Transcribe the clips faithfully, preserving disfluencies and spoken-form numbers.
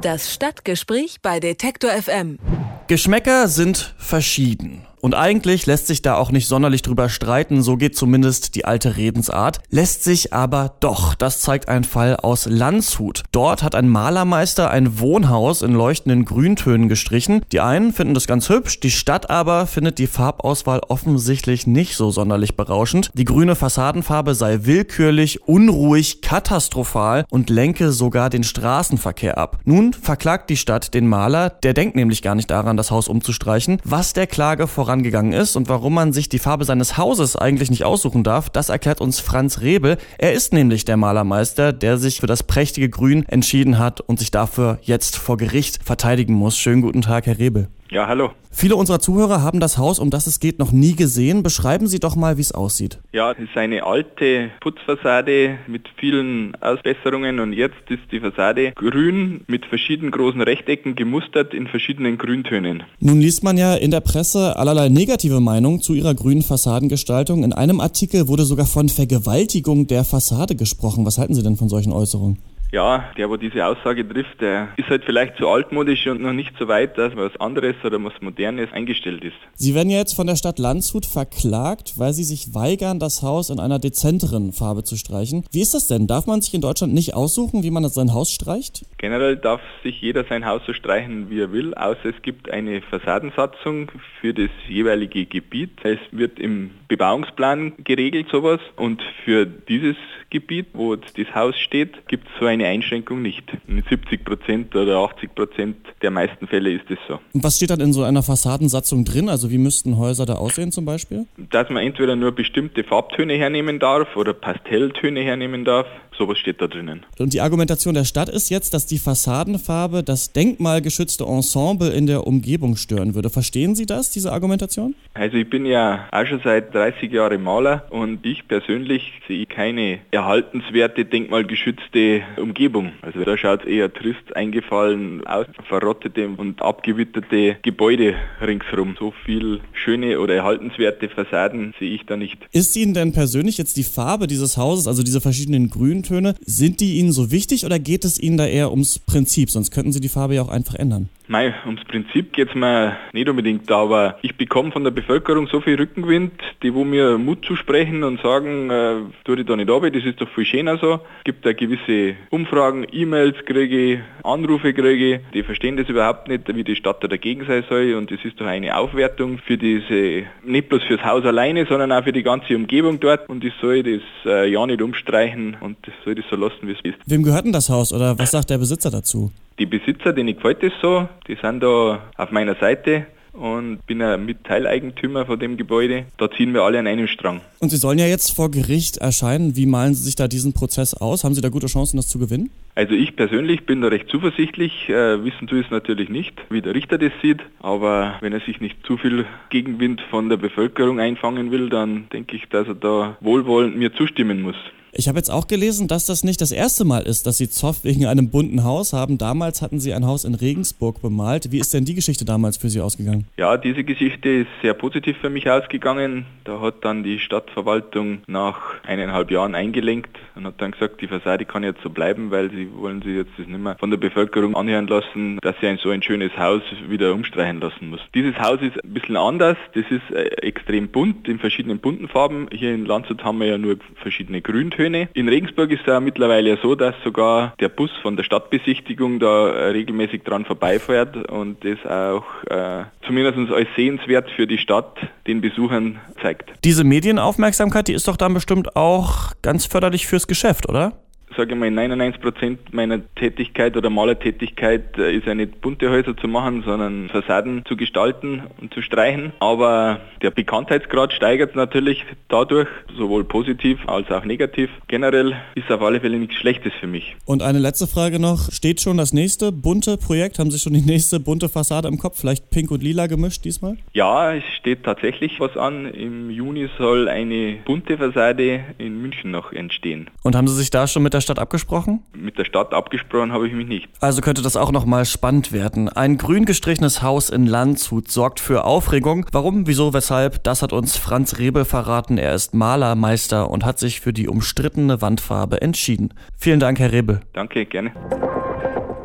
Das Stadtgespräch bei Detektor F M. Geschmäcker sind verschieden. Und eigentlich lässt sich da auch nicht sonderlich drüber streiten, so geht zumindest die alte Redensart. Lässt sich aber doch, das zeigt ein Fall aus Landshut. Dort hat ein Malermeister ein Wohnhaus in leuchtenden Grüntönen gestrichen. Die einen finden das ganz hübsch, die Stadt aber findet die Farbauswahl offensichtlich nicht so sonderlich berauschend. Die grüne Fassadenfarbe sei willkürlich, unruhig, katastrophal und lenke sogar den Straßenverkehr ab. Nun verklagt die Stadt den Maler, der denkt nämlich gar nicht daran, das Haus umzustreichen. Was der Klage voran gegangen ist und warum man sich die Farbe seines Hauses eigentlich nicht aussuchen darf, das erklärt uns Franz Rebel. Er ist nämlich der Malermeister, der sich für das prächtige Grün entschieden hat und sich dafür jetzt vor Gericht verteidigen muss. Schönen guten Tag, Herr Rebel. Ja, hallo. Viele unserer Zuhörer haben das Haus, um das es geht, noch nie gesehen. Beschreiben Sie doch mal, wie es aussieht. Ja, es ist eine alte Putzfassade mit vielen Ausbesserungen und jetzt ist die Fassade grün mit verschiedenen großen Rechtecken gemustert in verschiedenen Grüntönen. Nun liest man ja in der Presse allerlei negative Meinungen zu Ihrer grünen Fassadengestaltung. In einem Artikel wurde sogar von Vergewaltigung der Fassade gesprochen. Was halten Sie denn von solchen Äußerungen? Ja, der, wo diese Aussage trifft, der ist halt vielleicht zu altmodisch und noch nicht so weit, dass was anderes oder was Modernes eingestellt ist. Sie werden ja jetzt von der Stadt Landshut verklagt, weil Sie sich weigern, das Haus in einer dezenteren Farbe zu streichen. Wie ist das denn? Darf man sich in Deutschland nicht aussuchen, wie man sein Haus streicht? Generell darf sich jeder sein Haus so streichen, wie er will, außer es gibt eine Fassadensatzung für das jeweilige Gebiet. Es wird im Bebauungsplan geregelt, sowas. Und für dieses Gebiet, wo das Haus steht, gibt es so eine Einschränkung nicht. In siebzig Prozent oder achtzig Prozent der meisten Fälle ist es so. Und was steht dann in so einer Fassadensatzung drin? Also wie müssten Häuser da aussehen zum Beispiel? Dass man entweder nur bestimmte Farbtöne hernehmen darf oder Pastelltöne hernehmen darf. Sowas steht da drinnen. Und die Argumentation der Stadt ist jetzt, dass die Fassadenfarbe das denkmalgeschützte Ensemble in der Umgebung stören würde. Verstehen Sie das, diese Argumentation? Also ich bin ja auch schon seit dreißig Jahren Maler und ich persönlich sehe keine erhaltenswerte, denkmalgeschützte Umgebung. Also da schaut es eher trist eingefallen aus, verrottete und abgewitterte Gebäude ringsherum. So viel schöne oder erhaltenswerte Fassaden sehe ich da nicht. Ist Ihnen denn persönlich jetzt die Farbe dieses Hauses, also diese verschiedenen Grüntöne, sind die Ihnen so wichtig oder geht es Ihnen da eher ums Prinzip? Sonst könnten Sie die Farbe ja auch einfach ändern. Mei, ums Prinzip geht es mir nicht unbedingt, aber ich bekomme von der Bevölkerung so viel Rückenwind, die wo mir Mut zusprechen und sagen, äh, tu dich da nicht ab, das ist doch viel schöner so. Es gibt da gewisse Umfragen, E-Mails kriege ich, Anrufe kriege ich, die verstehen das überhaupt nicht, wie die Stadt da dagegen sein soll und das ist doch eine Aufwertung für diese, nicht bloß fürs Haus alleine, sondern auch für die ganze Umgebung dort und ich soll das äh, ja nicht umstreichen und soll das so lassen, wie es ist. Wem gehört denn das Haus oder was sagt der Besitzer dazu? Die Besitzer, denen gefällt das so, die sind da auf meiner Seite und bin ein Mitteileigentümer von dem Gebäude. Da ziehen wir alle an einem Strang. Und Sie sollen ja jetzt vor Gericht erscheinen. Wie malen Sie sich da diesen Prozess aus? Haben Sie da gute Chancen, das zu gewinnen? Also ich persönlich bin da recht zuversichtlich. Äh, wissen tue ich es natürlich nicht, wie der Richter das sieht. Aber wenn er sich nicht zu viel Gegenwind von der Bevölkerung einfangen will, dann denke ich, dass er da wohlwollend mir zustimmen muss. Ich habe jetzt auch gelesen, dass das nicht das erste Mal ist, dass Sie Zoff wegen einem bunten Haus haben. Damals hatten Sie ein Haus in Regensburg bemalt. Wie ist denn die Geschichte damals für Sie ausgegangen? Ja, diese Geschichte ist sehr positiv für mich ausgegangen. Da hat dann die Stadtverwaltung nach eineinhalb Jahren eingelenkt und hat dann gesagt, die Fassade kann jetzt so bleiben, weil sie wollen sich jetzt das nicht mehr von der Bevölkerung anhören lassen, dass sie ein so ein schönes Haus wieder umstreichen lassen muss. Dieses Haus ist ein bisschen anders. Das ist äh, extrem bunt, in verschiedenen bunten Farben. Hier in Landshut haben wir ja nur verschiedene Grüntöne. In Regensburg ist es ja mittlerweile so, dass sogar der Bus von der Stadtbesichtigung da äh, regelmäßig dran vorbeifährt und das auch äh, zumindest als sehenswert für die Stadt den Besuchern zeigt. Diese Medienaufmerksamkeit, die ist doch dann bestimmt auch ganz förderlich fürs Geschäft, oder? Sage mal, neunundneunzig Prozent meiner Tätigkeit oder Malertätigkeit ist ja nicht bunte Häuser zu machen, sondern Fassaden zu gestalten und zu streichen. Aber der Bekanntheitsgrad steigert natürlich dadurch, sowohl positiv als auch negativ. Generell ist auf alle Fälle nichts Schlechtes für mich. Und eine letzte Frage noch. Steht schon das nächste bunte Projekt? Haben Sie schon die nächste bunte Fassade im Kopf? Vielleicht pink und lila gemischt diesmal? Ja, es steht tatsächlich was an. Im Juni soll eine bunte Fassade in München noch entstehen. Und haben Sie sich da schon mit der Stadt abgesprochen? Mit der Stadt abgesprochen habe ich mich nicht. Also könnte das auch nochmal spannend werden. Ein grün gestrichenes Haus in Landshut sorgt für Aufregung. Warum, wieso, weshalb, das hat uns Franz Rebel verraten. Er ist Malermeister und hat sich für die umstrittene Wandfarbe entschieden. Vielen Dank, Herr Rebel. Danke, gerne.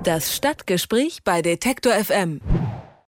Das Stadtgespräch bei Detektor F M.